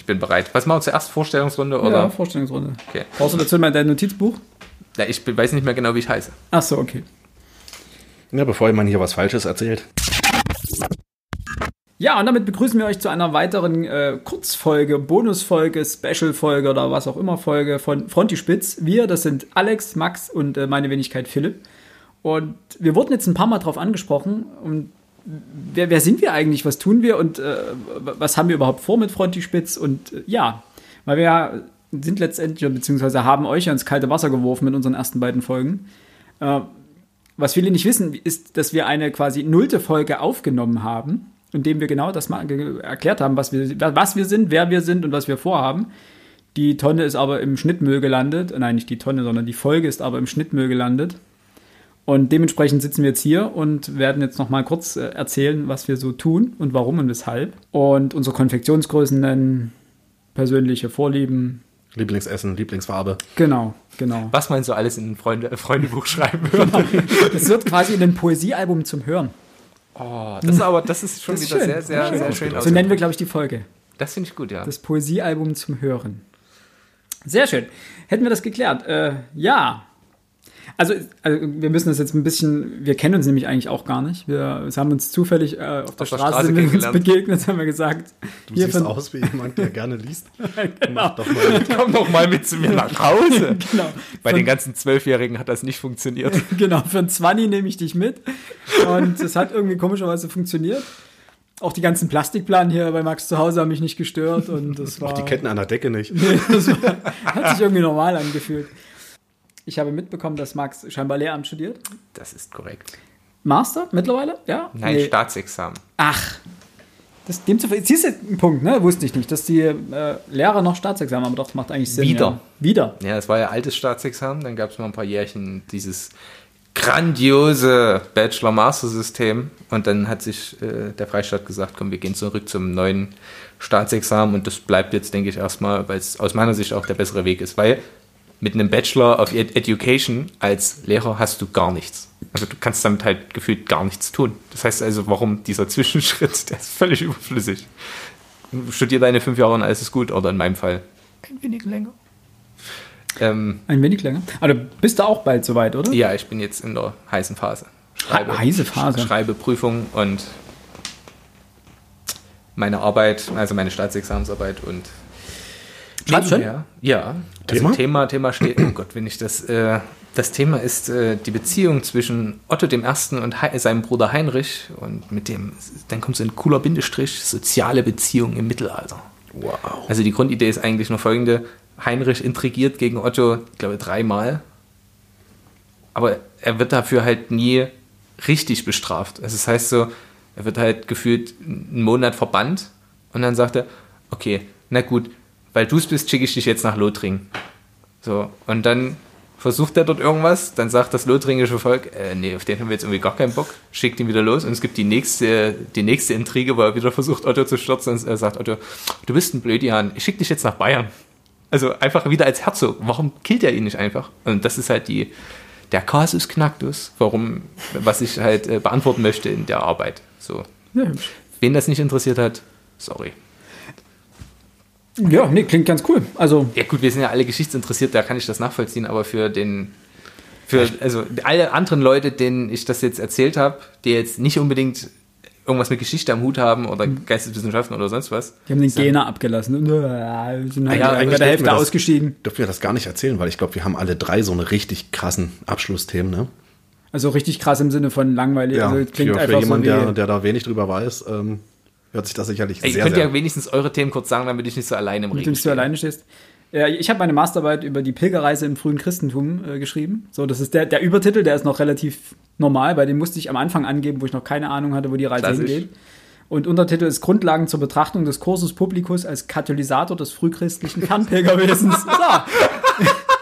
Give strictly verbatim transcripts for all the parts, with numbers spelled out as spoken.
bin bereit. Was machen wir zuerst? Vorstellungsrunde? Oder? Ja, Vorstellungsrunde. Okay. Brauchst du dazu mal dein Notizbuch? Ja, ich weiß nicht mehr genau, wie ich heiße. Ach so, okay. Ja, bevor man hier was Falsches erzählt. Ja, und damit begrüßen wir euch zu einer weiteren äh, Kurzfolge, Bonusfolge, Specialfolge oder was auch immer Folge von Frontispitz. Wir, das sind Alex, Max und äh, meine Wenigkeit Philipp. Und wir wurden jetzt ein paar Mal drauf angesprochen. Und wer, wer sind wir eigentlich? Was tun wir? Und äh, was haben wir überhaupt vor mit Frontispitz? Und äh, ja, weil wir ja sind letztendlich, beziehungsweise haben euch ja ins kalte Wasser geworfen mit unseren ersten beiden Folgen. Äh, was viele nicht wissen, ist, dass wir eine quasi nullte Folge aufgenommen haben, indem wir genau das mal ge- erklärt haben, was wir, was wir sind, wer wir sind und was wir vorhaben. Die Tonne ist aber im Schnittmüll gelandet. Nein, nicht die Tonne, sondern die Folge ist aber im Schnittmüll gelandet. Und dementsprechend sitzen wir jetzt hier und werden jetzt noch mal kurz äh, erzählen, was wir so tun und warum und weshalb. Und unsere Konfektionsgrößen nennen, persönliche Vorlieben. Lieblingsessen, Lieblingsfarbe. Genau, genau. Was man so alles in ein Freunde, Freundebuch schreiben würde. Das wird quasi in ein Poesiealbum zum Hören. Oh, das ist aber, das ist schon Das ist wieder schön. sehr, sehr, Schön. sehr schön. So nennen wir, glaube ich, die Folge. Das finde ich gut, ja. Das Poesiealbum zum Hören. Sehr schön. Hätten wir das geklärt? Äh, ja. Also, also, wir müssen das jetzt ein bisschen, wir kennen uns nämlich eigentlich auch gar nicht. Wir, wir haben uns zufällig äh, auf der auf Straße, Straße sind wir uns kennengelernt. begegnet, haben wir gesagt. Du hier siehst von, aus wie jemand, der gerne liest. genau. Mach doch mal. Komm doch mal mit zu mir nach Hause. Genau. Bei Von- den ganzen Zwölfjährigen hat das nicht funktioniert. Genau, für ein Zwanni nehme ich dich mit. Und es hat irgendwie komischerweise funktioniert. Auch die ganzen Plastikplanen hier bei Max zu Hause haben mich nicht gestört. Und das war, Auch die Ketten an der Decke nicht. Nee, das war, hat sich irgendwie normal angefühlt. Ich habe mitbekommen, dass Max scheinbar Lehramt studiert. Das ist korrekt. Master mittlerweile? Ja? Nein, Nee. Staatsexamen. Ach. Das, dem zu, siehst du einen Punkt, ne? Wusste ich nicht, dass die äh, Lehrer noch Staatsexamen haben, aber doch, das macht eigentlich Sinn. Wieder. Ja. Wieder. Ja, es war ja altes Staatsexamen, dann gab es mal ein paar Jährchen dieses grandiose Bachelor-Master-System und dann hat sich äh, der Freistaat gesagt, komm, wir gehen zurück zum neuen Staatsexamen und das bleibt jetzt, denke ich, erstmal, weil es aus meiner Sicht auch der bessere Weg ist, weil mit einem Bachelor of Ed- Education als Lehrer hast du gar nichts. Also du kannst damit halt gefühlt gar nichts tun. Das heißt also, warum dieser Zwischenschritt, der ist völlig überflüssig. Studier deine fünf Jahre und alles ist gut, oder in meinem Fall ein wenig länger. Ähm, Ein wenig länger. Aber du bist da auch bald soweit, oder? ja, ich bin jetzt in der heißen Phase. Schreibe, Ha- heiße Phase. sch- Schreibe Prüfung und meine Arbeit, also meine Staatsexamensarbeit und Schreibst du schon? Ja, ja. Also Thema? Thema, Thema steht, oh Gott, wenn ich das, äh, das Thema ist äh, die Beziehung zwischen Otto dem Ersten und Hei- seinem Bruder Heinrich und mit dem, dann kommt so ein cooler Bindestrich, soziale Beziehung im Mittelalter. Wow. Also die Grundidee ist eigentlich nur folgende, Heinrich intrigiert gegen Otto, ich glaube, dreimal, aber er wird dafür halt nie richtig bestraft. Also das heißt so, er wird halt gefühlt einen Monat verbannt und dann sagt er, okay, na gut, weil du es bist, schicke ich dich jetzt nach Lothringen. So, und dann versucht er dort irgendwas, dann sagt das lothringische Volk, äh, nee, auf den haben wir jetzt irgendwie gar keinen Bock, schickt ihn wieder los und es gibt die nächste, die nächste Intrige, wo er wieder versucht, Otto zu stürzen und er sagt Otto, du bist ein Blödian, ich schicke dich jetzt nach Bayern. Also einfach wieder als Herzog. Warum killt er ihn nicht einfach? Und das ist halt die, der Casus Knacktus, warum, was ich halt äh, beantworten möchte in der Arbeit. So. Ja, hübsch. Wen das nicht interessiert hat, sorry. Ja, nee, klingt ganz cool. Also, Ja gut, wir sind ja alle geschichtsinteressiert, da kann ich das nachvollziehen, aber für den, für also alle anderen Leute, denen ich das jetzt erzählt habe, die jetzt nicht unbedingt irgendwas mit Geschichte am Hut haben oder Geisteswissenschaften oder sonst was. die haben den So. Gena abgelassen und äh, sind halt Ja, bei eigentlich der dürfen Hälfte wir das- ausgestiegen. Dürfen wir das gar nicht erzählen, weil ich glaube, wir haben alle drei so eine richtig krassen Abschlussthemen, ne? Also richtig krass im Sinne von langweilig. Also klingt für, einfach für jemanden, so wie, der, der da wenig drüber weiß, ähm, hört sich das sicherlich Ey, sehr, ihr könnt sehr... ja wenigstens eure Themen kurz sagen, damit ich nicht so alleine im mit Regen dem du stehe. alleine stehst. Ja, ich habe meine Masterarbeit über die Pilgerreise im frühen Christentum äh, geschrieben. So, das ist der, der Übertitel, der ist noch relativ normal, bei dem musste ich am Anfang angeben, wo ich noch keine Ahnung hatte, wo die Reise Klassisch. hingeht. Und Untertitel ist Grundlagen zur Betrachtung des Cursus Publicus als Katalysator des frühchristlichen Fernpilgerwesens. So.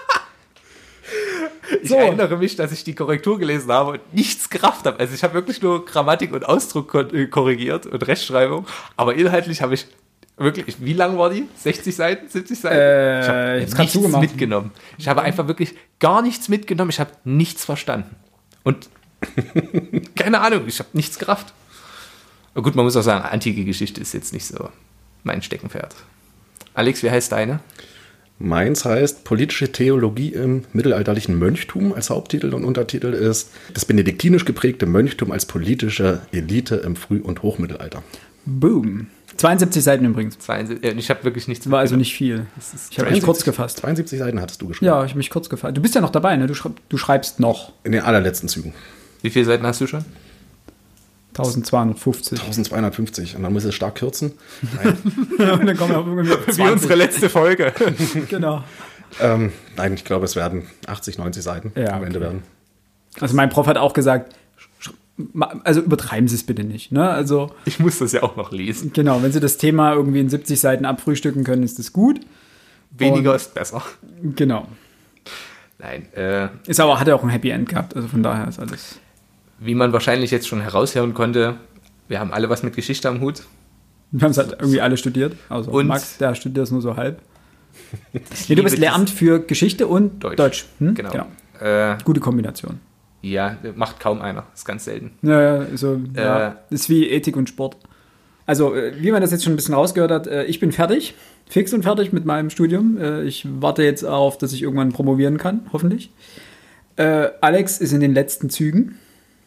Ich So. erinnere mich, dass ich die Korrektur gelesen habe und nichts gerafft habe. Also ich habe wirklich nur Grammatik und Ausdruck ko- äh, korrigiert und Rechtschreibung, aber inhaltlich habe ich wirklich, wie lang war die? sechzig Seiten, siebzig Seiten? Äh, ich habe jetzt kannst du nichts gemacht. mitgenommen. Ich habe einfach wirklich gar nichts mitgenommen. Ich habe nichts verstanden. Und keine Ahnung, ich habe nichts gerafft. Aber gut, man muss auch sagen, antike Geschichte ist jetzt nicht so mein Steckenpferd. Alex, wie heißt deine? Meins heißt Politische Theologie im mittelalterlichen Mönchtum. Als Haupttitel und Untertitel ist Das benediktinisch geprägte Mönchtum als politische Elite im Früh- und Hochmittelalter. Boom. zweiundsiebzig Seiten übrigens. zweiundsiebzig, ich habe wirklich nichts War also nicht viel. Ich habe mich kurz gefasst. zweiundsiebzig Seiten hattest du geschrieben. Ja, ich habe mich kurz gefasst. Du bist ja noch dabei, ne? Du, schreib, du schreibst noch. In den allerletzten Zügen. Wie viele Seiten hast du schon? zwölfhundertfünfzig. zwölfhundertfünfzig. Und dann muss es stark kürzen. Nein, Ja, und dann kommen wir auch irgendwie auf Wie zwanzig. unsere letzte Folge. Genau. ähm, nein, ich glaube, es werden achtzig, neunzig Seiten Ja, am Ende okay. werden. Also mein Prof hat auch gesagt, sch- ma- also übertreiben Sie es bitte nicht. Ne? Also Ich muss das ja auch noch lesen. genau, wenn Sie das Thema irgendwie in siebzig Seiten abfrühstücken können, ist das gut. Weniger Und- ist besser. Genau. Nein, äh, Ist aber, hat er auch ein Happy End gehabt. Also von daher ist alles... wie man wahrscheinlich jetzt schon heraushören konnte, wir haben alle was mit Geschichte am Hut. Wir haben es halt irgendwie alle studiert. Also Und- Max, der studiert es nur so halb. Nee, liebe du bist das- Lehramt für Geschichte und Deutsch. Deutsch. Hm? Genau. Äh, Gute Kombination. ja, macht kaum einer. Ist ganz selten. Ja, ja, so, Äh. ja, ist wie Ethik und Sport. Also, äh, wie man das jetzt schon ein bisschen rausgehört hat, äh, ich bin fertig, fix und fertig mit meinem Studium. Äh, Ich warte jetzt auf, dass ich irgendwann promovieren kann, hoffentlich. Äh, Alex ist in den letzten Zügen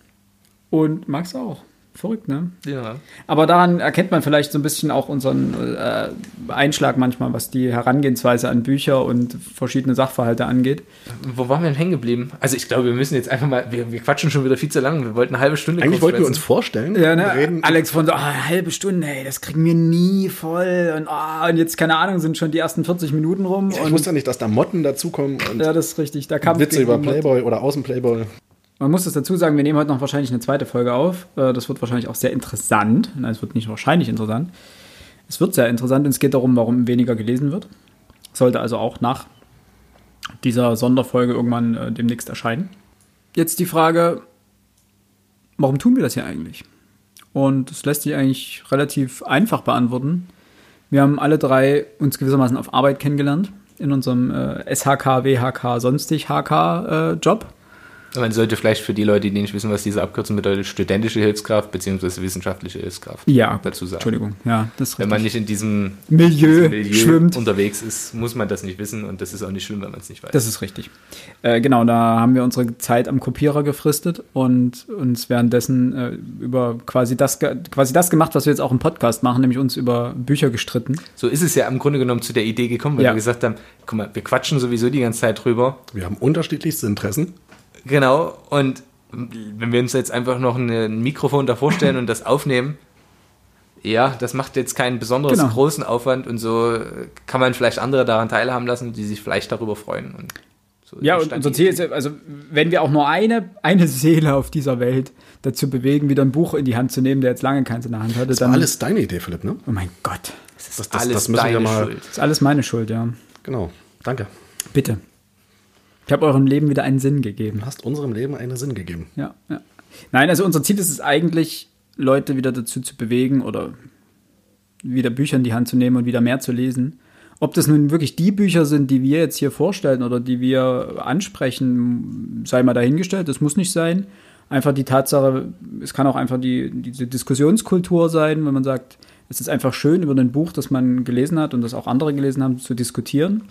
und Max auch. Verrückt, ne? Ja. Aber daran erkennt man vielleicht so ein bisschen auch unseren äh, Einschlag manchmal, was die Herangehensweise an Bücher und verschiedene Sachverhalte angeht. Wo waren wir denn hängen geblieben? Also ich glaube, wir müssen jetzt einfach mal, wir, wir quatschen schon wieder viel zu lang. Wir wollten eine halbe Stunde Eigentlich kurz wollten wir uns schwätzen. vorstellen. Ja, ne? Wir reden, Alex von so, ah, eine halbe Stunde, ey, das kriegen wir nie voll. Und, ah, und jetzt, keine Ahnung, sind schon die ersten vierzig Minuten rum. ich und, wusste ja nicht, dass da Motten dazukommen und ja, das ist richtig. Da kam Witze über Playboy oder Außen-Playboy. Man muss das dazu sagen, wir nehmen heute noch wahrscheinlich eine zweite Folge auf. Äh, Das wird wahrscheinlich auch sehr interessant. Nein, es wird nicht wahrscheinlich interessant. Es wird sehr interessant und es geht darum, warum weniger gelesen wird. Sollte also auch nach dieser Sonderfolge irgendwann äh, demnächst erscheinen. Jetzt die Frage, warum tun wir das hier eigentlich? Und das lässt sich eigentlich relativ einfach beantworten. Wir haben alle drei uns gewissermaßen auf Arbeit kennengelernt in unserem äh, S H K, W H K, sonstig H K-Job. Man sollte vielleicht für die Leute, die nicht wissen, was diese Abkürzung bedeutet, studentische Hilfskraft bzw. wissenschaftliche Hilfskraft Ja, dazu sagen. Entschuldigung, ja, das ist Wenn richtig. man nicht in diesem Milieu, diesem Milieu schwimmt. unterwegs ist, muss man das nicht wissen und das ist auch nicht schlimm, wenn man es nicht weiß. Das ist richtig. Äh, genau, da haben wir unsere Zeit am Kopierer gefristet und uns währenddessen äh, über quasi das, ge- quasi das gemacht, was wir jetzt auch im Podcast machen, nämlich uns über Bücher gestritten. So ist es ja im Grunde genommen zu der Idee gekommen, weil Ja. wir gesagt haben, guck mal, wir quatschen sowieso die ganze Zeit drüber. Wir haben unterschiedlichste Interessen. Genau, und wenn wir uns jetzt einfach noch ein Mikrofon davor stellen und das aufnehmen, ja, das macht jetzt keinen besonders Genau. großen Aufwand und so kann man vielleicht andere daran teilhaben lassen, die sich vielleicht darüber freuen. Und so Ja, und entstand unser die Ziel ist, Idee. ja, also wenn wir auch nur eine, eine Seele auf dieser Welt dazu bewegen, wieder ein Buch in die Hand zu nehmen, der jetzt lange keins in der Hand hatte, Das war dann... alles deine Idee, Philipp, ne? Oh mein Gott, Das ist das- das- alles das müssen wir deine mal- Schuld. das ist alles meine Schuld, ja. Genau. Danke. Bitte. Ich habe eurem Leben wieder einen Sinn gegeben. Du hast unserem Leben einen Sinn gegeben. Ja, ja. Nein, also unser Ziel ist es eigentlich, Leute wieder dazu zu bewegen oder wieder Bücher in die Hand zu nehmen und wieder mehr zu lesen. Ob das nun wirklich die Bücher sind, die wir jetzt hier vorstellen oder die wir ansprechen, sei mal dahingestellt, das muss nicht sein. Einfach die Tatsache, es kann auch einfach die, diese Diskussionskultur sein, wenn man sagt, es ist einfach schön, über ein Buch, das man gelesen hat und das auch andere gelesen haben, zu diskutieren.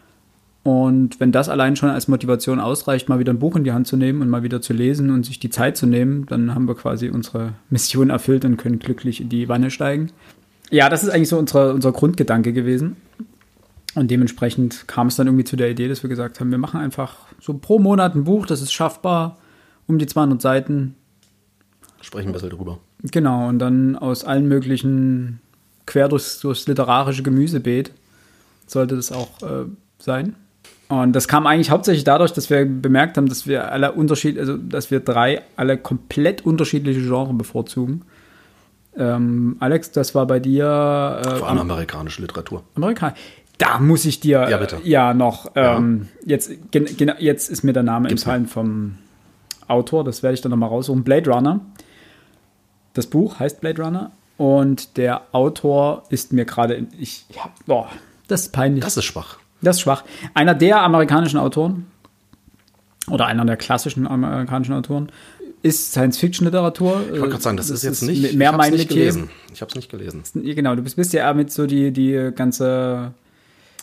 Und wenn das allein schon als Motivation ausreicht, mal wieder ein Buch in die Hand zu nehmen und mal wieder zu lesen und sich die Zeit zu nehmen, dann haben wir quasi unsere Mission erfüllt und können glücklich in die Wanne steigen. Ja, das ist eigentlich so unsere, unser Grundgedanke gewesen. Und dementsprechend kam es dann irgendwie zu der Idee, dass wir gesagt haben, wir machen einfach so pro Monat ein Buch, das ist schaffbar, um die zweihundert Seiten. Sprechen ein bisschen drüber. Genau, und dann aus allen möglichen, quer durchs, durchs literarische Gemüsebeet sollte das auch äh, sein. Und das kam eigentlich hauptsächlich dadurch, dass wir bemerkt haben, dass wir alle Unterschied, also dass wir drei alle komplett unterschiedliche Genres bevorzugen. Ähm, Alex, das war bei dir äh, Vor allem amerikanische Literatur. Amerika. Da muss ich dir Ja, bitte. ja noch ähm, jetzt gen, gen, jetzt ist mir der Name Gib's entfallen vom Autor, das werde ich dann nochmal raussuchen. Blade Runner. Das Buch heißt Blade Runner und der Autor ist mir gerade in, ich ja, boah, das ist peinlich. Das ist schwach. Das ist schwach. Einer der amerikanischen Autoren oder einer der klassischen amerikanischen Autoren ist Science-Fiction-Literatur. Ich wollte gerade sagen, das, ist jetzt nicht, mehr ich hab's mein nicht Metier. gelesen. Ich habe es nicht gelesen. Genau, du bist, bist ja eher mit so die, die ganze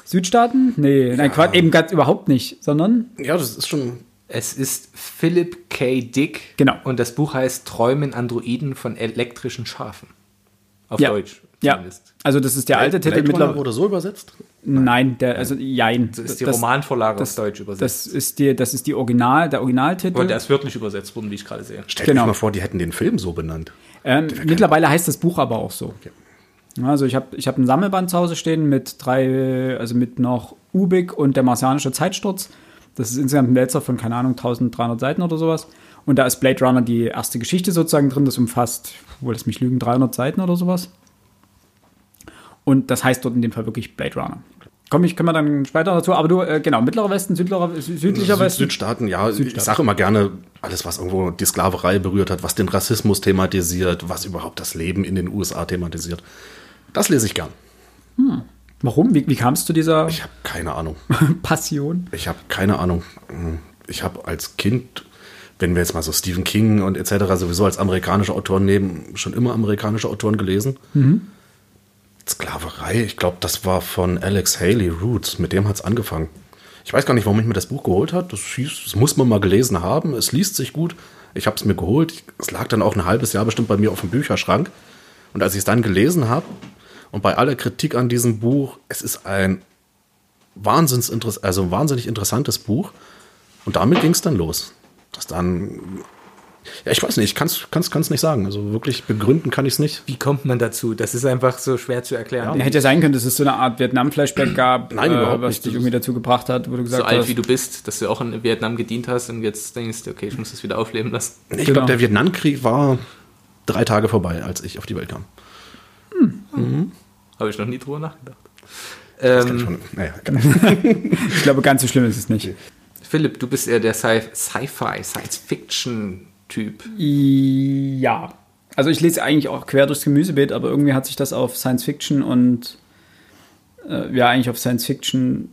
Südstaaten? Nee, nein, Quatsch, eben ganz überhaupt nicht, sondern... Ja, das ist schon... Es ist Philip K. Dick. Genau. Und das Buch heißt Träumen Androiden von elektrischen Schafen. Auf Ja. Deutsch Ja, also das ist der alte Titel Blade Runner mittlerweile. wurde so übersetzt? Nein, der, also jein. Das ist die Romanvorlage auf Deutsch übersetzt. Das ist, die, das ist die Original, der Originaltitel. Und der ist wörtlich übersetzt worden, wie ich gerade sehe. Stell Genau. dir mal vor, die hätten den Film so benannt. Ähm, mittlerweile heißt das Buch aber auch so. Okay. Ja, also ich habe ich hab ein Sammelband zu Hause stehen mit drei, also mit noch Ubik und der marsianische Zeitsturz. Das ist insgesamt ein Wälzer von, keine Ahnung, eintausenddreihundert Seiten oder sowas. Und da ist Blade Runner die erste Geschichte sozusagen drin. Das umfasst, wohl lass mich lügen, dreihundert Seiten oder sowas. Und das heißt dort in dem Fall wirklich Blade Runner. Komm, ich können wir dann später dazu. Aber du, äh, genau, mittlerer Westen, südlicher, südlicher Süd, Westen. Südstaaten, ja. Südstaaten. Ich sage immer gerne, alles, was irgendwo die Sklaverei berührt hat, was den Rassismus thematisiert, was überhaupt das Leben in den U S A thematisiert. Das lese ich gern. Hm. Warum? Wie, wie kamst du dieser Ich habe keine Ahnung. Passion? Ich habe keine Ahnung. Ich habe als Kind, wenn wir jetzt mal so Stephen King und et cetera sowieso als amerikanische Autoren nehmen, schon immer amerikanische Autoren gelesen. Mhm. Sklaverei, ich glaube, das war von Alex Haley, Roots. Mit dem hat es angefangen. Ich weiß gar nicht, warum ich mir das Buch geholt habe. Das, das muss man mal gelesen haben. Es liest sich gut. Ich habe es mir geholt. Es lag dann auch ein halbes Jahr bestimmt bei mir auf dem Bücherschrank. Und als ich es dann gelesen habe und bei aller Kritik an diesem Buch, es ist ein Wahnsinns also ein wahnsinnig interessantes Buch. Und damit ging es dann los. Das dann, ja, ich weiß nicht, ich kann es nicht sagen. Also wirklich begründen kann ich es nicht. Wie kommt man dazu? Das ist einfach so schwer zu erklären. Ja, hätte ja sein können, dass es so eine Art Vietnam-Flashback gab, Nein, äh, überhaupt was nicht. dich irgendwie dazu gebracht hat, wo du gesagt So alt hast, wie du bist, dass du auch in Vietnam gedient hast und jetzt denkst du, okay, ich muss das wieder aufleben lassen. Ich Genau. glaube, der Vietnamkrieg war drei Tage vorbei, als ich auf die Welt kam. Mhm. Habe ich noch nie drüber nachgedacht. Das kann ich Ähm, schon, naja, kann ich. ich glaube, ganz so schlimm ist es nicht. Philipp, du bist eher der Sci- Sci-Fi, Science-Fiction-Typ. Ja. Also ich lese eigentlich auch quer durchs Gemüsebeet, aber irgendwie hat sich das auf Science Fiction und äh, ja, eigentlich auf Science Fiction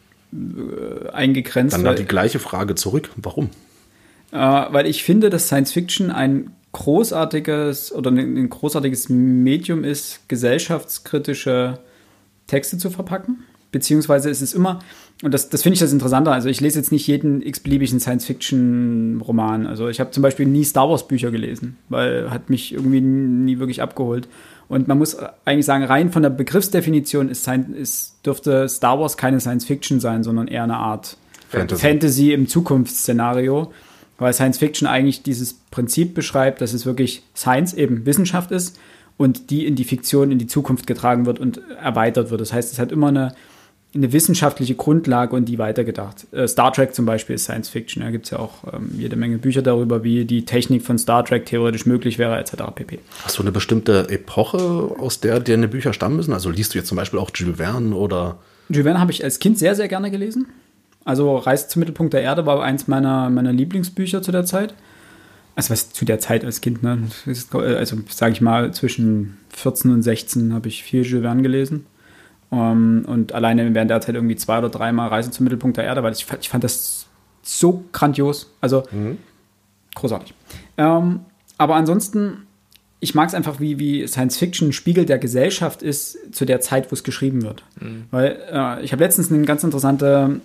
äh, eingegrenzt. Dann weil, war die gleiche Frage zurück. Warum? äh, weil ich finde, dass Science Fiction ein großartiges oder ein, ein großartiges Medium ist, gesellschaftskritische Texte zu verpacken. Beziehungsweise ist es immer, und das, das finde ich das Interessante, also ich lese jetzt nicht jeden x-beliebigen Science-Fiction-Roman. Also ich habe zum Beispiel nie Star Wars-Bücher gelesen, weil hat mich irgendwie nie wirklich abgeholt. Und man muss eigentlich sagen, rein von der Begriffsdefinition ist, ist, dürfte Star Wars keine Science-Fiction sein, sondern eher eine Art Fantasy. Fantasy im Zukunftsszenario, weil Science-Fiction eigentlich dieses Prinzip beschreibt, dass es wirklich Science, eben Wissenschaft ist und die in die Fiktion, in die Zukunft getragen wird und erweitert wird. Das heißt, es hat immer eine eine wissenschaftliche Grundlage und die weitergedacht. Äh, Star Trek zum Beispiel ist Science Fiction. Da gibt es ja auch ähm, jede Menge Bücher darüber, wie die Technik von Star Trek theoretisch möglich wäre, et cetera pp. Hast du eine bestimmte Epoche, aus der deine Bücher stammen müssen? Also liest du jetzt zum Beispiel auch Jules Verne oder... Jules Verne habe ich als Kind sehr, sehr gerne gelesen. Also Reise zum Mittelpunkt der Erde war eins meiner, meiner Lieblingsbücher zu der Zeit. Also was zu der Zeit als Kind, ne? Also sage ich mal, zwischen vierzehn und sechzehn habe ich viel Jules Verne gelesen. Um, und alleine während der Zeit irgendwie zwei oder dreimal Reise zum Mittelpunkt der Erde, weil ich, ich fand das so grandios. Also mhm. großartig. Ähm, aber ansonsten, ich mag es einfach, wie, wie Science Fiction ein Spiegel der Gesellschaft ist zu der Zeit, wo es geschrieben wird. Mhm. Weil äh, ich habe letztens ein ganz interessante,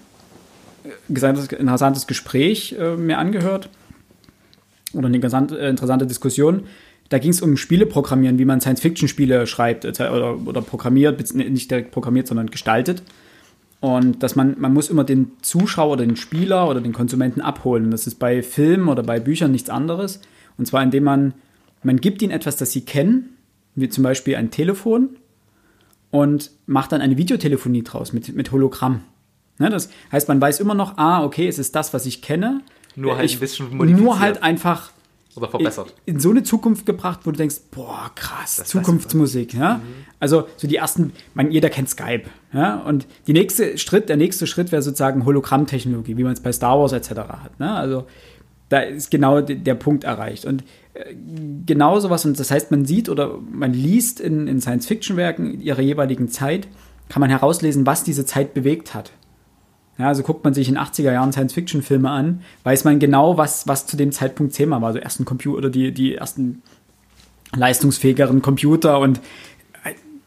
äh, interessantes Gespräch äh, mir angehört oder eine ganz äh, interessante Diskussion. Da ging es um Spieleprogrammieren, wie man Science-Fiction-Spiele schreibt oder, oder programmiert, nicht direkt programmiert, sondern gestaltet. Und dass man, man muss immer den Zuschauer oder den Spieler oder den Konsumenten abholen. Und das ist bei Filmen oder bei Büchern nichts anderes. Und zwar indem man, man gibt ihnen etwas, das sie kennen, wie zum Beispiel ein Telefon, und macht dann eine Videotelefonie draus mit, mit Hologramm. Ne, das heißt, man weiß immer noch, ah, okay, es ist das, was ich kenne. Nur halt ich, ein bisschen modifiziert. Nur halt einfach oder verbessert. In so eine Zukunft gebracht, wo du denkst, boah, krass, das Zukunftsmusik. Ja? Mhm. Also so die ersten, man, jeder kennt Skype. Ja? Und die nächste Schritt, der nächste Schritt wäre sozusagen Hologrammtechnologie, wie man es bei Star Wars et cetera hat. Ne? Also da ist genau de, der Punkt erreicht. Und äh, genau sowas, und das heißt, man sieht oder man liest in, in Science-Fiction-Werken ihrer jeweiligen Zeit, kann man herauslesen, was diese Zeit bewegt hat. Ja, also guckt man sich in achtziger Jahren Science-Fiction-Filme an, weiß man genau, was, was zu dem Zeitpunkt Thema war. Also ersten Computer oder die, die ersten leistungsfähigeren Computer und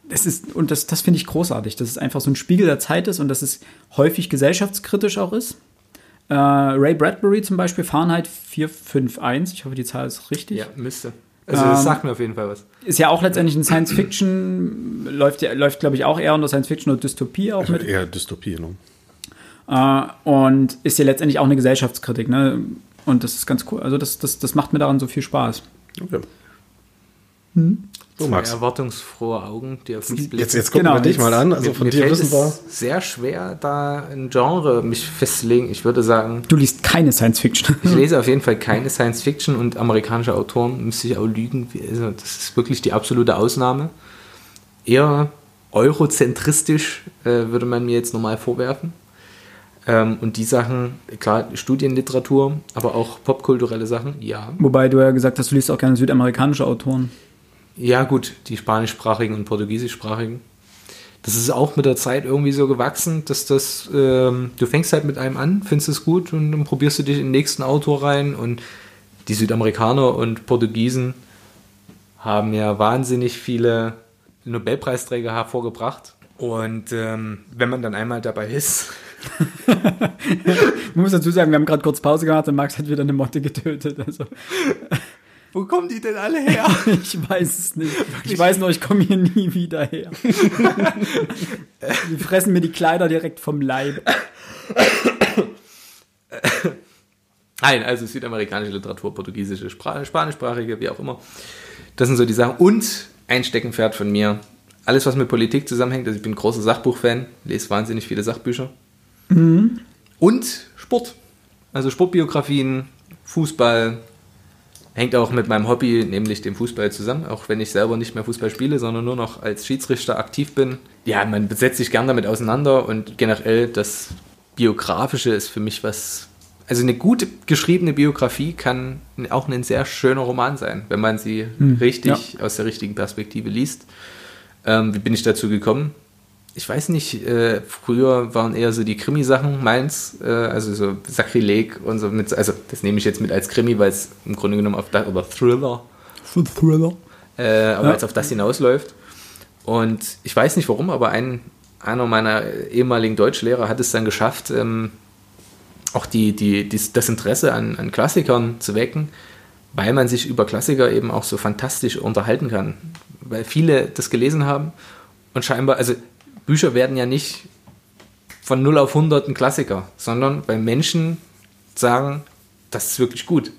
das ist, und das, das finde ich großartig, dass es einfach so ein Spiegel der Zeit ist und dass es häufig gesellschaftskritisch auch ist. Äh, Ray Bradbury zum Beispiel, Fahrenheit vier fünf eins, ich hoffe, die Zahl ist richtig. Ja, müsste. Also das ähm, sagt mir auf jeden Fall was. Ist ja auch letztendlich ein Science-Fiction, läuft, läuft glaube ich, auch eher unter Science-Fiction oder Dystopie auch mit. Eher Dystopie, ne? Äh, und ist ja letztendlich auch eine Gesellschaftskritik, ne? Und das ist ganz cool. Also das, das, das macht mir daran so viel Spaß. Okay. Hm? So, Max. Erwartungsfrohe Augen, die auf mich blicken. Jetzt, jetzt gucken genau, wir dich mal an. Also mir, von mir dir fällt wissen wir. Es sehr schwer, da ein Genre mich festzulegen. Ich würde sagen. Du liest keine Science-Fiction. Ich lese auf jeden Fall keine Science-Fiction und amerikanische Autoren, müsste ich auch lügen. Also das ist wirklich die absolute Ausnahme. Eher eurozentristisch äh, würde man mir jetzt normal vorwerfen. Ähm, und die Sachen, klar, Studienliteratur, aber auch popkulturelle Sachen, ja. Wobei du ja gesagt hast, du liest auch gerne südamerikanische Autoren. Ja gut, die spanischsprachigen und portugiesischsprachigen. Das ist auch mit der Zeit irgendwie so gewachsen, dass das, ähm, du fängst halt mit einem an, findest es gut und dann probierst du dich in den nächsten Autor rein und die Südamerikaner und Portugiesen haben ja wahnsinnig viele Nobelpreisträger hervorgebracht und ähm, wenn man dann einmal dabei ist... Man muss dazu sagen, wir haben gerade kurz Pause gemacht und Max hat wieder eine Motte getötet, also... Wo kommen die denn alle her? Ich weiß es nicht. Wirklich? Ich weiß nur, ich komme hier nie wieder her. Die fressen mir die Kleider direkt vom Leib. Nein, also südamerikanische Literatur, portugiesische, Sprache, spanischsprachige, wie auch immer. Das sind so die Sachen. Und ein Steckenpferd von mir. Alles, was mit Politik zusammenhängt. Also ich bin ein großer Sachbuchfan, lese wahnsinnig viele Sachbücher. Mhm. Und Sport. Also Sportbiografien, Fußball. Hängt auch mit meinem Hobby, nämlich dem Fußball, zusammen. Auch wenn ich selber nicht mehr Fußball spiele, sondern nur noch als Schiedsrichter aktiv bin. Ja, man setzt sich gern damit auseinander und generell das Biografische ist für mich was... Also eine gut geschriebene Biografie kann auch ein sehr schöner Roman sein, wenn man sie hm, richtig ja. aus der richtigen Perspektive liest. Ähm, wie bin ich dazu gekommen? Ich weiß nicht, äh, früher waren eher so die Krimi-Sachen meins, äh, also so Sakrileg und so. Mit, also das nehme ich jetzt mit als Krimi, weil es im Grunde genommen auf das, oder Thriller, Thriller. Äh, aber ja. als auf das hinausläuft. Und ich weiß nicht warum, aber ein, einer meiner ehemaligen Deutschlehrer hat es dann geschafft, ähm, auch die, die, die, das Interesse an, an Klassikern zu wecken, weil man sich über Klassiker eben auch so fantastisch unterhalten kann. Weil viele das gelesen haben und scheinbar, also Bücher werden ja nicht von null auf hundert ein Klassiker, sondern weil Menschen sagen, das ist wirklich gut.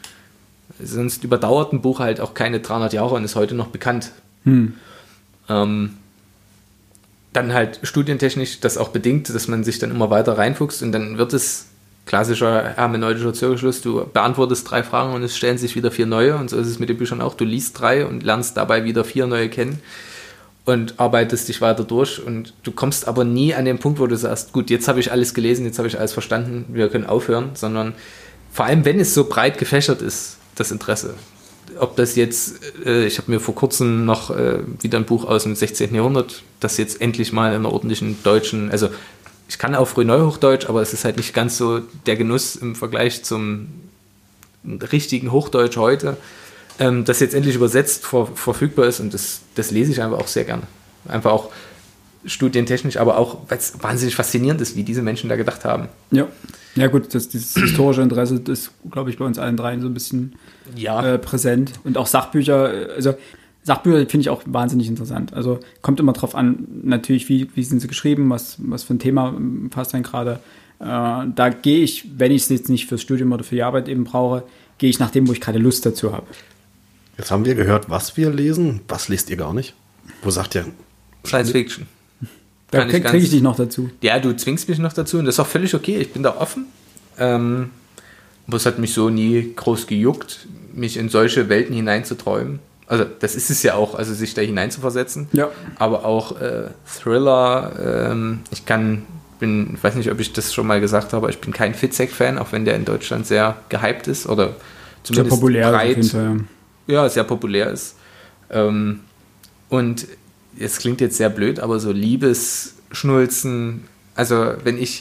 Sonst überdauert ein Buch halt auch keine dreihundert Jahre und ist heute noch bekannt. Hm. Ähm, dann halt studientechnisch das auch bedingt, dass man sich dann immer weiter reinfuchst und dann wird es klassischer hermeneutischer Zirkelschluss, du beantwortest drei Fragen und es stellen sich wieder vier neue und so ist es mit den Büchern auch. Du liest drei und lernst dabei wieder vier neue kennen und arbeitest dich weiter durch und du kommst aber nie an den Punkt, wo du sagst, gut, jetzt habe ich alles gelesen, jetzt habe ich alles verstanden, wir können aufhören, sondern vor allem, wenn es so breit gefächert ist, das Interesse. Ob das jetzt, äh, ich habe mir vor kurzem noch äh, wieder ein Buch aus dem sechzehnten Jahrhundert, das jetzt endlich mal in einer ordentlichen deutschen, also ich kann auch Frühneuhochdeutsch, aber es ist halt nicht ganz so der Genuss im Vergleich zum richtigen Hochdeutsch heute, ähm, das jetzt endlich übersetzt vor, verfügbar ist und das, das lese ich einfach auch sehr gerne. Einfach auch studientechnisch, aber auch, weil es wahnsinnig faszinierend ist, wie diese Menschen da gedacht haben. Ja, ja gut, das, dieses historische Interesse ist, glaube ich, bei uns allen dreien so ein bisschen ja. äh, präsent. Und auch Sachbücher, also Sachbücher finde ich auch wahnsinnig interessant. Also kommt immer drauf an, natürlich, wie, wie sind sie geschrieben, was, was für ein Thema passt dann gerade. Äh, da gehe ich, wenn ich es jetzt nicht fürs Studium oder für die Arbeit eben brauche, gehe ich nach dem, wo ich gerade Lust dazu habe. Jetzt haben wir gehört, was wir lesen. Was lest ihr gar nicht? Wo sagt ihr? Science Fiction. Da kriege krieg ich dich noch dazu. Ja, du zwingst mich noch dazu und das ist auch völlig okay. Ich bin da offen. Ähm, aber es hat mich so nie groß gejuckt, mich in solche Welten hineinzuträumen. Also das ist es ja auch, also sich da hineinzuversetzen. Ja. Aber auch äh, Thriller. Ähm, ich kann, bin, ich weiß nicht, ob ich das schon mal gesagt habe, aber ich bin kein Fitzek-Fan, auch wenn der in Deutschland sehr gehypt ist oder zumindest sehr populär breit. Auf jeden Fall, ja. ja, sehr populär ist. Ähm, und es klingt jetzt sehr blöd, aber so Liebesschnulzen, also wenn ich, ich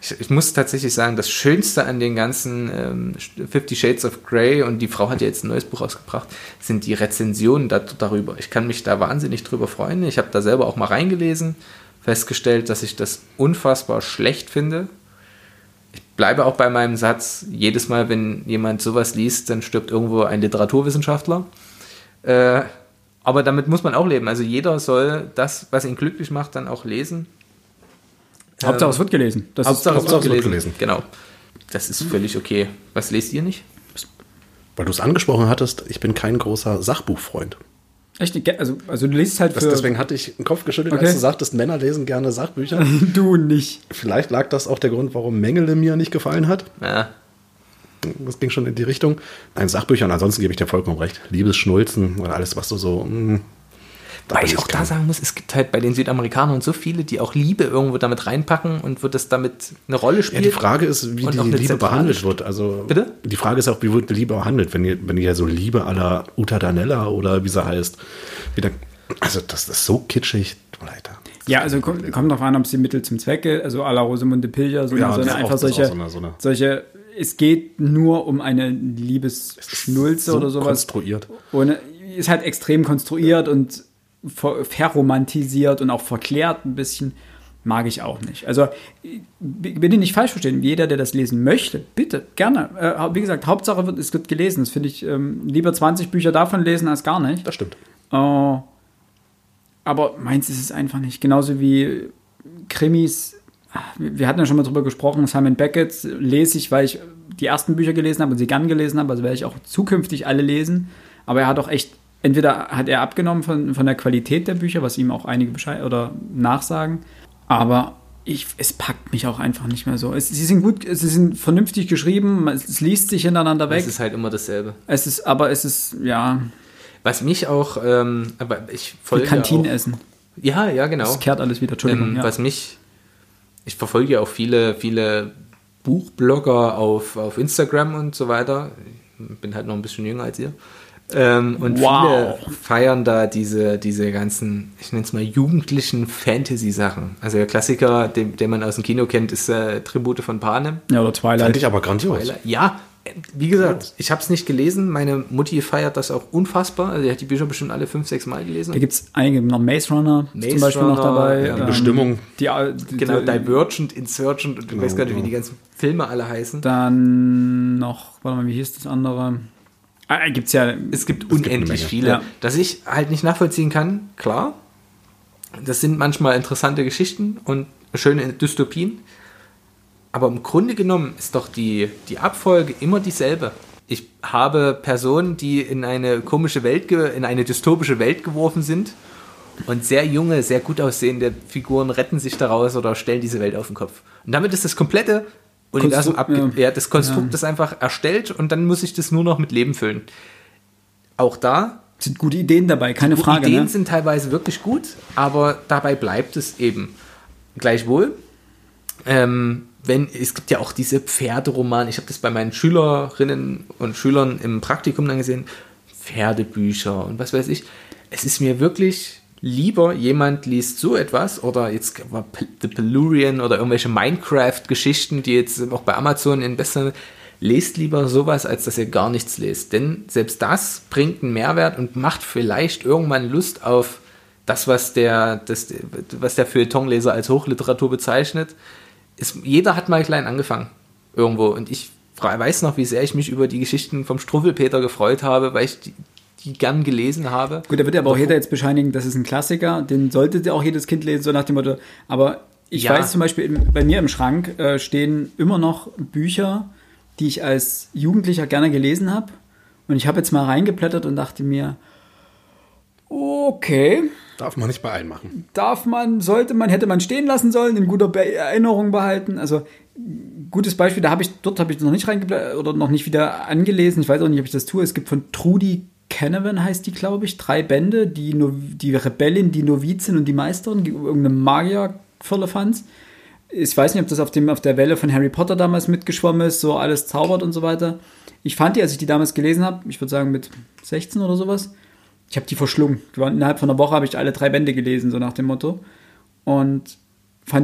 ich, ich muss tatsächlich sagen, das Schönste an den ganzen ähm, Fifty Shades of Grey, und die Frau hat ja jetzt ein neues Buch rausgebracht, sind die Rezensionen da, darüber. Ich kann mich da wahnsinnig drüber freuen. Ich habe da selber auch mal reingelesen, festgestellt, dass ich das unfassbar schlecht finde. Ich bleibe auch bei meinem Satz, jedes Mal, wenn jemand sowas liest, dann stirbt irgendwo ein Literaturwissenschaftler. Äh, aber damit muss man auch leben. Also jeder soll das, was ihn glücklich macht, dann auch lesen. Hauptsache es wird gelesen. Das Hauptsache ist, es wird Hauptsache es gelesen. wird gelesen. Genau. Das ist völlig okay. Was lest ihr nicht? Weil du es angesprochen hattest, ich bin kein großer Sachbuchfreund. echt, also, also du liest halt Das, für... deswegen hatte ich den Kopf geschüttelt, Okay. als du sagtest, Männer lesen gerne Sachbücher. du nicht. Vielleicht lag das auch der Grund, warum Mengele mir nicht gefallen hat. Ja. Das ging schon in die Richtung. Nein, Sachbücher, und ansonsten gebe ich dir vollkommen recht. Liebesschnulzen und alles, was du so... Mh, da Weil bin ich auch da kein- sagen muss, es gibt halt bei den Südamerikanern so viele, die auch Liebe irgendwo damit reinpacken und wird das damit eine Rolle Ja, spielt. die Frage ist, wie und die auch eine Liebe zentrale behandelt St- wird. Also, Bitte? Die Frage ist auch, wie wird die Liebe behandelt? Wenn ihr, wenn ihr so Liebe à la Uta Danella oder wie sie heißt. Wieder, also das ist so kitschig. Leiter. Ja, also kommt, kommt darauf an, ob sie Mittel zum Zwecke, also à la Rosamunde Pilcher, so, Ja, so das eine, ist auch- einfach das ist auch solche, so eine- so eine- solche, es geht nur um eine Liebesschnulze So oder sowas. konstruiert. Und ist halt extrem konstruiert und ver verromantisiert und auch verklärt ein bisschen. Mag ich auch nicht. Also, bitte nicht falsch verstehen. Jeder, der das lesen möchte, bitte, gerne. Äh, wie gesagt, Hauptsache wird, es wird gelesen. Das finde ich, ähm, lieber zwanzig Bücher davon lesen als gar nicht. Das stimmt. Äh, aber meins ist es einfach nicht. Genauso wie Krimis. Wir hatten ja schon mal drüber gesprochen, Simon Beckett lese ich, weil ich die ersten Bücher gelesen habe und sie gern gelesen habe. Also werde ich auch zukünftig alle lesen. Aber er hat auch echt, entweder hat er abgenommen von, von der Qualität der Bücher, was ihm auch einige Bescheid oder nachsagen. Aber ich, es packt mich auch einfach nicht mehr so. Es, sie sind gut, sie sind vernünftig geschrieben, es, es liest sich hintereinander weg. Es ist halt immer dasselbe. Es ist, aber es ist, ja, Was mich auch, ähm, aber ich wie folge Kantinenessen. auch, ja, ja, genau. Das kehrt alles wieder, Entschuldigung. Ähm, ja. Was mich, ich verfolge ja auch viele, viele Buchblogger auf, auf Instagram und so weiter. Ich bin halt noch ein bisschen jünger als ihr. Ähm, und Wow. viele feiern da diese, diese ganzen, ich nenne es mal jugendlichen Fantasy-Sachen. Also der Klassiker, den, den man aus dem Kino kennt, ist äh, Tribute von Panem. Ja, oder Twilight. Fand ich aber grandios. Ja, äh, wie gesagt, ich habe es nicht gelesen. Meine Mutti feiert das auch unfassbar. Also die hat die Bücher bestimmt alle fünf, sechs Mal gelesen. Da gibt es einige, noch Maze Runner ist Maze zum Beispiel noch Runner, dabei. ja, ähm, Bestimmung. Die, die, Genau, die, Divergent, Insurgent und ich weiß gar nicht, wie die ganzen Filme alle heißen. Dann noch, warte mal, wie hieß das andere? Ah, gibt's ja. Es gibt eine unendlich Menge. viele. Ja. Dass ich halt nicht nachvollziehen kann, klar. Das sind manchmal interessante Geschichten und schöne Dystopien. Aber im Grunde genommen ist doch die, die Abfolge immer dieselbe. Ich habe Personen, die in eine komische Welt, ge- in eine dystopische Welt geworfen sind und sehr junge, sehr gut aussehende Figuren retten sich daraus oder stellen diese Welt auf den Kopf. Und damit ist das komplette Universum Konstru- abge... ja. Ja, das Konstrukt Ja. ist einfach erstellt und dann muss ich das nur noch mit Leben füllen. Auch da, Sind gute Ideen dabei, keine die Frage. Ideen Ne? sind teilweise wirklich gut, aber dabei bleibt es eben. Gleichwohl, ähm, wenn, es gibt ja auch diese Pferderomane, ich habe das bei meinen Schülerinnen und Schülern im Praktikum dann gesehen, Pferdebücher und was weiß ich. Es ist mir wirklich lieber, jemand liest so etwas oder jetzt war P- The Pelurian oder irgendwelche Minecraft-Geschichten, die jetzt auch bei Amazon in Bestseller, lest lieber sowas, als dass ihr gar nichts lest. Denn selbst das bringt einen Mehrwert und macht vielleicht irgendwann Lust auf das, was der, das, was der Feuilletonleser als Hochliteratur bezeichnet. Ist, jeder hat mal klein angefangen irgendwo. Und ich fra- weiß noch, wie sehr ich mich über die Geschichten vom Struffelpeter gefreut habe, weil ich die, die gern gelesen habe. Gut, da wird ja aber auch jeder jetzt bescheinigen, das ist ein Klassiker, den sollte auch jedes Kind lesen, so nach dem Motto. Aber ich Ja. weiß zum Beispiel, im- bei mir im Schrank äh, stehen immer noch Bücher, die ich als Jugendlicher gerne gelesen habe. Und ich habe jetzt mal reingeblättert und dachte mir, okay, Darf man nicht bei allen machen. darf man, sollte man, hätte man stehen lassen sollen, in guter Be Erinnerung behalten. Also gutes Beispiel, da habe ich, dort habe ich noch nicht reingeblättert oder noch nicht wieder angelesen. Ich weiß auch nicht, ob ich das tue. Es gibt von Trudy Canavan, heißt die, glaube ich, drei Bände, die, no die Rebellin, die Novizin und die Meisterin, die irgendeine Magier-Firlefanz. Ich weiß nicht, ob das auf, dem, auf der Welle von Harry Potter damals mitgeschwommen ist, so alles zaubert und so weiter. Ich fand die, als ich die damals gelesen habe, ich würde sagen mit sechzehn oder sowas, ich habe die verschlungen. Die waren, innerhalb von einer Woche habe ich alle drei Bände gelesen, so nach dem Motto. Und fand ich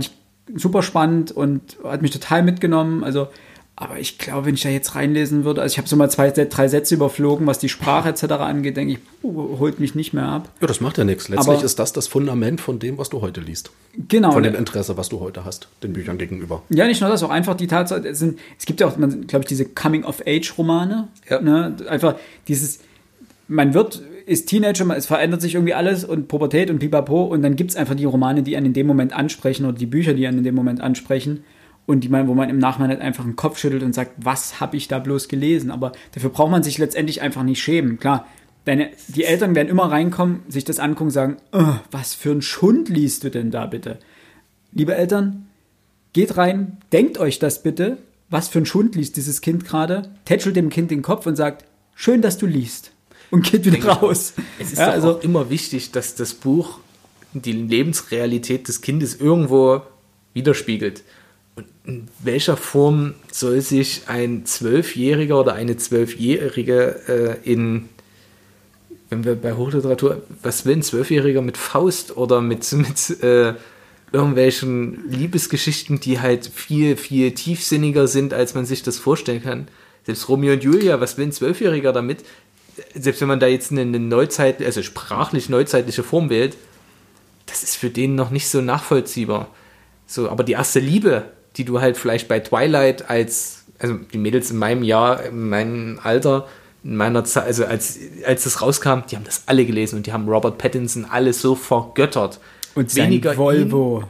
super spannend und hat mich total mitgenommen. Also, aber ich glaube, wenn ich da jetzt reinlesen würde, also ich habe so mal zwei, drei Sätze überflogen, was die Sprache et cetera angeht, denke ich, uh, holt mich nicht mehr ab. Ja, das macht ja nichts. Letztlich Aber- ist das das Fundament von dem, was du heute liest. Genau. Von dem Interesse, was du heute hast, den Büchern gegenüber. Ja, nicht nur das, auch einfach die Tatsache, es, sind, es gibt ja auch, glaube ich, diese Coming-of-Age-Romane. Ja. Ne? Einfach dieses, man wird, ist Teenager, es verändert sich irgendwie alles und Pubertät und pipapo und dann gibt es einfach die Romane, die einen in dem Moment ansprechen oder die Bücher, die einen in dem Moment ansprechen und die man, wo man im Nachhinein halt einfach den Kopf schüttelt und sagt, was habe ich da bloß gelesen? Aber dafür braucht man sich letztendlich einfach nicht schämen. Klar, deine, die Eltern werden immer reinkommen, sich das angucken und sagen, oh, was für ein Schund liest du denn da bitte? Liebe Eltern, geht rein, denkt euch das bitte, was für ein Schund liest dieses Kind gerade, tätschelt dem Kind den Kopf und sagt, schön, dass du liest. Und geht wieder raus. Es ist ja, doch also, auch immer wichtig, dass das Buch die Lebensrealität des Kindes irgendwo widerspiegelt. Und in welcher Form soll sich ein Zwölfjähriger oder eine Zwölfjährige äh, in, wenn wir bei Hochliteratur, was will ein Zwölfjähriger mit Faust oder mit, mit äh, irgendwelchen Liebesgeschichten, die halt viel, viel tiefsinniger sind, als man sich das vorstellen kann. Selbst Romeo und Julia, was will ein Zwölfjähriger damit? Selbst wenn man da jetzt eine, eine Neuzeit, also sprachlich neuzeitliche Form wählt, das ist für den noch nicht so nachvollziehbar. So, aber die erste Liebe, die du halt vielleicht bei Twilight als, also die Mädels in meinem Jahr, in meinem Alter, in meiner Zeit, also als, als das rauskam, die haben das alle gelesen und die haben Robert Pattinson alles so vergöttert. und sein weniger Volvo.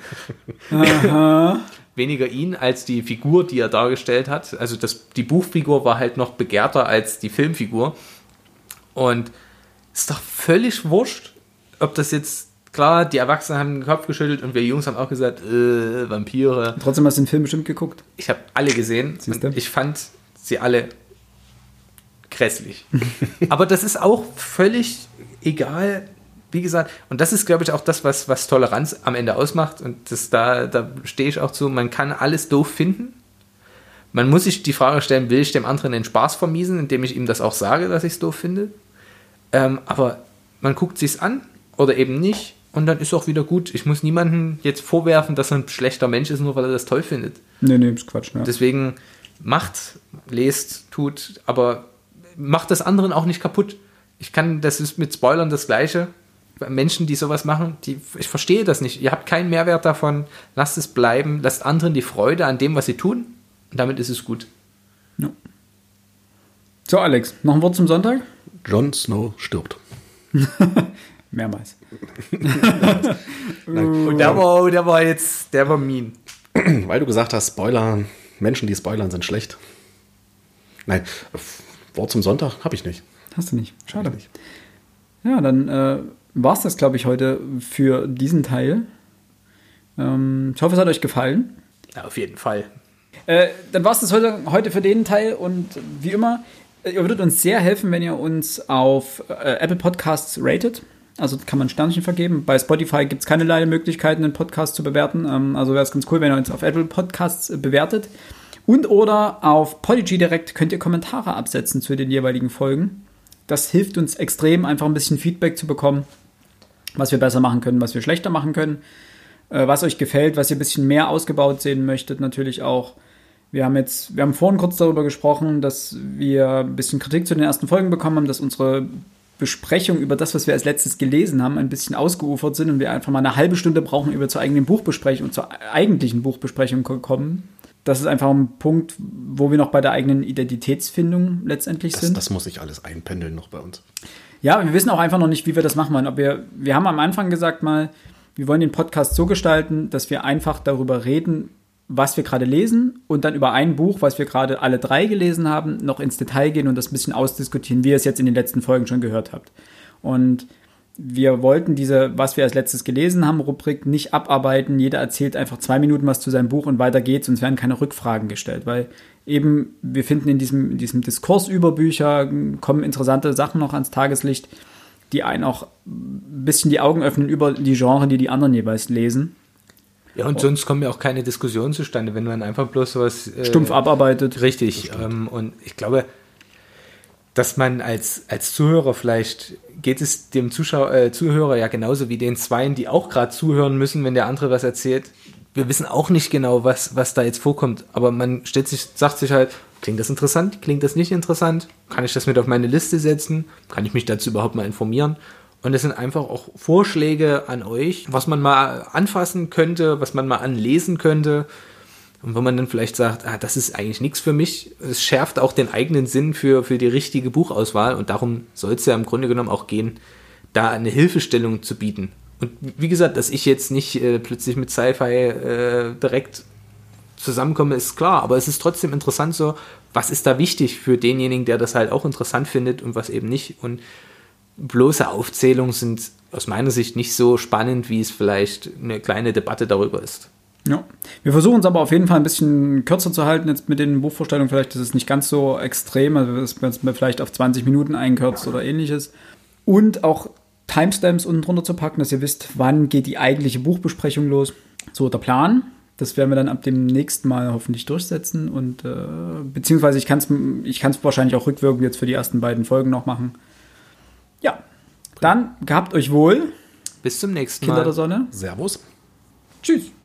Aha. Weniger ihn als die Figur, die er dargestellt hat. Also das, die Buchfigur war halt noch begehrter als die Filmfigur. Und ist doch völlig wurscht, ob das jetzt, klar, die Erwachsenen haben den Kopf geschüttelt und wir Jungs haben auch gesagt, äh, Vampire. Trotzdem hast du den Film bestimmt geguckt. Ich habe alle gesehen Siehste? und ich fand sie alle grässlich. Aber das ist auch völlig egal, wie gesagt. Und das ist, glaube ich, auch das, was, was Toleranz am Ende ausmacht. Und das, da, da stehe ich auch zu. Man kann alles doof finden. Man muss sich die Frage stellen, will ich dem anderen den Spaß vermiesen, indem ich ihm das auch sage, dass ich es doof finde. Ähm, aber man guckt sich's an oder eben nicht. Und dann ist auch wieder gut. Ich muss niemandem jetzt vorwerfen, dass er ein schlechter Mensch ist, nur weil er das toll findet. Nee, nee, ist Quatsch. Ja. Deswegen macht, lest, tut, aber macht das anderen auch nicht kaputt. Ich kann, das ist mit Spoilern das Gleiche. Menschen, die sowas machen, die, ich verstehe das nicht. Ihr habt keinen Mehrwert davon. Lasst es bleiben. Lasst anderen die Freude an dem, was sie tun. Und damit ist es gut. Ja. So, Alex, noch ein Wort zum Sonntag? Jon Snow stirbt. Mehrmals. Und der war, der war jetzt, der war mean. Weil du gesagt hast, Spoiler, Menschen, die spoilern, sind schlecht. Nein, Wort zum Sonntag habe ich nicht. Hast du nicht. Schade. Nicht. Ja, dann äh, war es das, glaube ich, heute für diesen Teil. Ähm, ich hoffe, es hat euch gefallen. Ja, auf jeden Fall. Äh, dann war es das heute, heute für den Teil und wie immer, ihr würdet uns sehr helfen, wenn ihr uns auf äh, Apple Podcasts ratet. Also kann man Sternchen vergeben. Bei Spotify gibt es keinerlei Möglichkeiten, einen Podcast zu bewerten. Ähm, also wäre es ganz cool, wenn ihr uns auf Apple Podcasts äh, bewertet. Und oder auf Podigy direkt könnt ihr Kommentare absetzen zu den jeweiligen Folgen. Das hilft uns extrem, einfach ein bisschen Feedback zu bekommen, was wir besser machen können, was wir schlechter machen können, äh, was euch gefällt, was ihr ein bisschen mehr ausgebaut sehen möchtet, natürlich auch. Wir haben jetzt, wir haben vorhin kurz darüber gesprochen, dass wir ein bisschen Kritik zu den ersten Folgen bekommen haben, dass unsere Besprechung über das, was wir als letztes gelesen haben, ein bisschen ausgeufert sind und wir einfach mal eine halbe Stunde brauchen, über zur eigenen Buchbesprechung, zur eigentlichen Buchbesprechung kommen. Das ist einfach ein Punkt, wo wir noch bei der eigenen Identitätsfindung letztendlich Das, sind. das muss sich alles einpendeln noch bei uns. Ja, wir wissen auch einfach noch nicht, wie wir das machen wollen. Ob wir, wir haben am Anfang gesagt mal, wir wollen den Podcast so gestalten, dass wir einfach darüber reden, was wir gerade lesen und dann über ein Buch, was wir gerade alle drei gelesen haben, noch ins Detail gehen und das ein bisschen ausdiskutieren, wie ihr es jetzt in den letzten Folgen schon gehört habt. Und wir wollten diese, was wir als letztes gelesen haben, Rubrik nicht abarbeiten. Jeder erzählt einfach zwei Minuten was zu seinem Buch und weiter geht's. Uns werden keine Rückfragen gestellt, weil eben wir finden in diesem, in diesem Diskurs über Bücher kommen interessante Sachen noch ans Tageslicht, die einen auch ein bisschen die Augen öffnen über die Genre, die die anderen jeweils lesen. Ja, und sonst kommen ja auch keine Diskussionen zustande, wenn man einfach bloß was äh, stumpf abarbeitet. Richtig. Ähm, und ich glaube, dass man als, als Zuhörer vielleicht, geht es dem Zuschauer, äh, Zuhörer ja genauso wie den Zweien, die auch gerade zuhören müssen, wenn der andere was erzählt. wir wissen auch nicht genau, was, was da jetzt vorkommt, aber man stellt sich, sagt sich halt, klingt das interessant, klingt das nicht interessant, kann ich das mit auf meine Liste setzen, kann ich mich dazu überhaupt mal informieren? Und das sind einfach auch Vorschläge an euch, was man mal anfassen könnte, was man mal anlesen könnte. Und wenn man dann vielleicht sagt, ah, das ist eigentlich nichts für mich, es schärft auch den eigenen Sinn für, für die richtige Buchauswahl. Und darum soll es ja im Grunde genommen auch gehen, da eine Hilfestellung zu bieten. Und wie gesagt, dass ich jetzt nicht äh, plötzlich mit Sci-Fi äh, direkt zusammenkomme, ist klar. Aber es ist trotzdem interessant so, was ist da wichtig für denjenigen, der das halt auch interessant findet und was eben nicht. Und bloße Aufzählungen sind aus meiner Sicht nicht so spannend, wie es vielleicht eine kleine Debatte darüber ist. Ja, wir versuchen es aber auf jeden Fall ein bisschen kürzer zu halten jetzt mit den Buchvorstellungen. Vielleicht ist es nicht ganz so extrem, also dass man vielleicht auf zwanzig Minuten einkürzt oder ähnliches. Und auch Timestamps unten drunter zu packen, dass ihr wisst, wann geht die eigentliche Buchbesprechung los. So der Plan. Das werden wir dann ab dem nächsten Mal hoffentlich durchsetzen. Und äh, beziehungsweise ich kann es ich kann's wahrscheinlich auch rückwirkend jetzt für die ersten beiden Folgen noch machen. Ja, dann gehabt euch wohl. Bis zum nächsten Kinder Mal. der Sonne. Servus. Tschüss.